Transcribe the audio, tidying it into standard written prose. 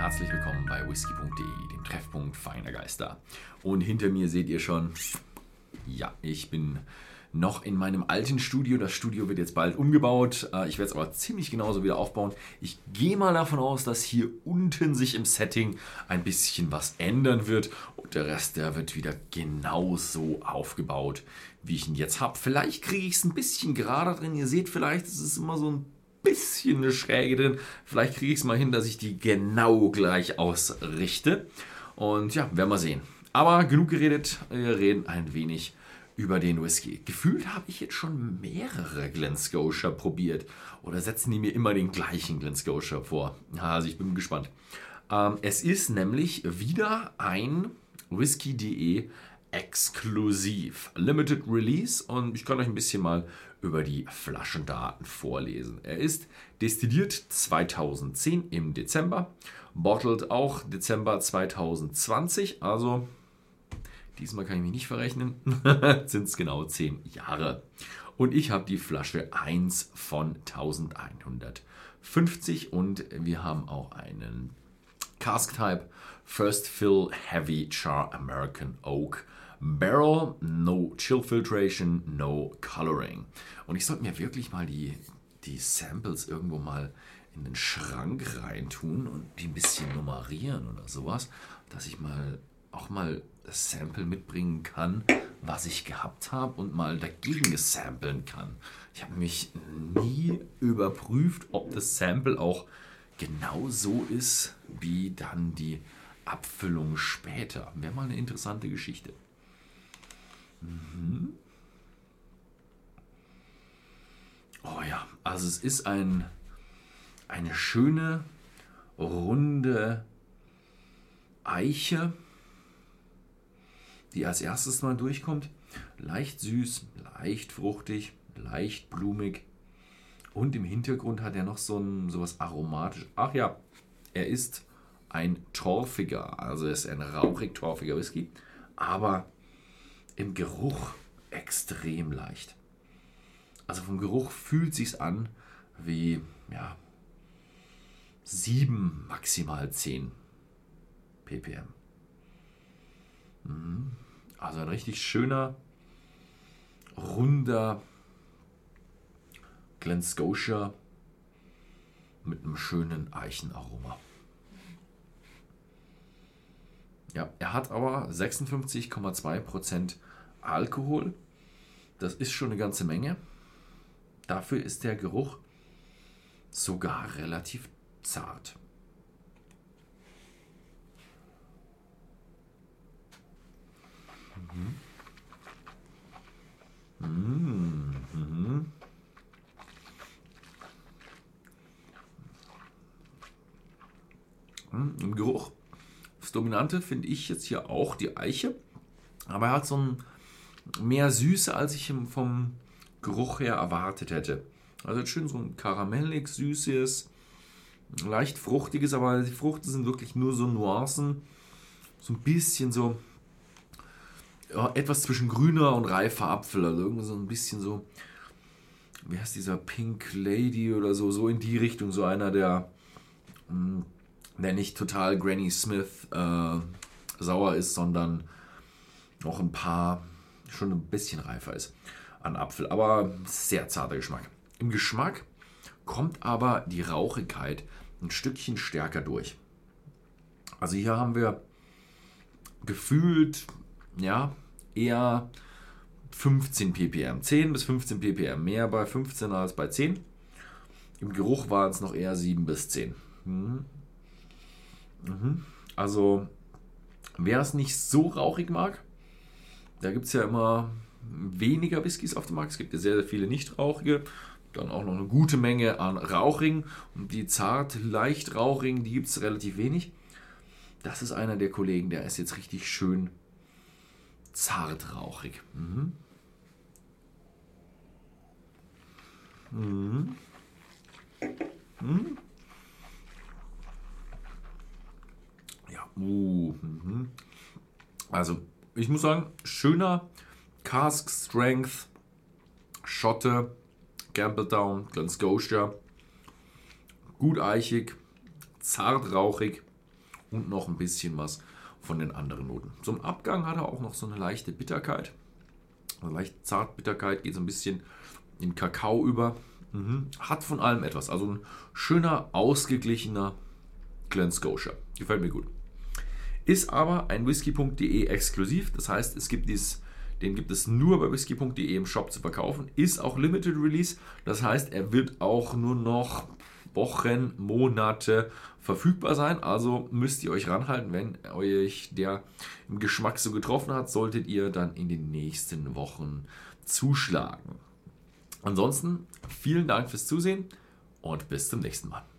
herzlich willkommen bei whisky.de, dem Treffpunkt feiner Geister. Und hinter mir seht ihr schon, ja, ich bin noch in meinem alten Studio. Das Studio wird jetzt bald umgebaut. Ich werde es aber ziemlich genauso wieder aufbauen. Ich gehe mal davon aus, dass hier unten sich im Setting ein bisschen was ändern wird. Und der Rest, der wird wieder genauso aufgebaut, wie ich ihn jetzt habe. Vielleicht kriege ich es ein bisschen gerade drin. Ihr seht vielleicht, es ist immer so ein bisschen eine Schräge drin. Vielleicht kriege ich es mal hin, dass ich die genau gleich ausrichte. Und ja, werden wir sehen. Aber genug geredet. Wir reden ein wenig über den Whisky. Gefühlt habe ich jetzt schon mehrere Glen Scotia probiert. Oder setzen die mir immer den gleichen Glen Scotia vor? Also ich bin gespannt. Es ist nämlich wieder ein Whisky.de exklusiv. Limited Release. Und ich kann euch ein bisschen mal über die Flaschendaten vorlesen. Er ist destilliert 2010 im Dezember. Bottled auch Dezember 2020. Also diesmal kann ich mich nicht verrechnen, sind es genau 10 Jahre. Und ich habe die Flasche 1 von 1150 und wir haben auch einen Cask Type First Fill Heavy Char American Oak Barrel, no Chill Filtration, no Coloring. Und ich sollte mir wirklich mal die Samples irgendwo mal in den Schrank reintun und die ein bisschen nummerieren oder sowas, dass ich auch mal das Sample mitbringen kann, was ich gehabt habe und mal dagegen samplen kann. Ich habe mich nie überprüft, ob das Sample auch genau so ist, wie dann die Abfüllung später. Wäre mal eine interessante Geschichte. Oh ja, also es ist eine schöne, runde Eiche, die als erstes mal durchkommt. Leicht süß, leicht fruchtig, leicht blumig. Und im Hintergrund hat er noch sowas aromatisch. Ach ja, er ist ein torfiger, also er ist ein rauchig-torfiger Whisky, aber im Geruch extrem leicht. Also vom Geruch fühlt sich's an wie 7, maximal 10 ppm. Also ein richtig schöner, runder Glen Scotia mit einem schönen Eichenaroma. Ja, er hat aber 56,2% Alkohol. Das ist schon eine ganze Menge. Dafür ist der Geruch sogar relativ zart. Im Geruch, das Dominante finde ich jetzt hier auch die Eiche, aber er hat so mehr Süße, als ich vom Geruch her erwartet hätte. Also jetzt schön so ein karamellig süßes, leicht fruchtiges, aber die Früchte sind wirklich nur so Nuancen, so ein bisschen so etwas zwischen grüner und reifer Apfel, also irgendwie so ein bisschen so, wie heißt dieser Pink Lady oder so in die Richtung, so einer der nicht total Granny Smith sauer ist, sondern noch ein paar, schon ein bisschen reifer ist an Apfel, aber sehr zarter Geschmack. Im Geschmack kommt aber die Rauchigkeit ein Stückchen stärker durch. Also hier haben wir gefühlt, eher 15 ppm, 10 bis 15 ppm, mehr bei 15 als bei 10. Im Geruch waren es noch eher 7 bis 10. Also, wer es nicht so rauchig mag, da gibt es ja immer weniger Whiskys auf dem Markt. Es gibt ja sehr, sehr viele nicht rauchige, dann auch noch eine gute Menge an rauchigen und die zart, leicht rauchigen, die gibt es relativ wenig. Das ist einer der Kollegen, der ist jetzt richtig schön zart rauchig. Ja, Also, ich muss sagen, schöner Cask Strength, Schotte, Campbelltown, Glen Scotia, gut eichig, zart rauchig, und noch ein bisschen was von den anderen Noten. Zum Abgang hat er auch noch so eine leichte Bitterkeit. Eine leichte Zartbitterkeit, geht so ein bisschen in Kakao über. Hat von allem etwas. Also ein schöner, ausgeglichener Glen Scotia. Gefällt mir gut. Ist aber ein whisky.de exklusiv. Das heißt, den gibt es nur bei whisky.de im Shop zu verkaufen. Ist auch Limited Release. Das heißt, er wird auch nur noch Wochen, Monate verfügbar sein. Also müsst ihr euch ranhalten, wenn euch der im Geschmack so getroffen hat, solltet ihr dann in den nächsten Wochen zuschlagen. Ansonsten vielen Dank fürs Zusehen und bis zum nächsten Mal.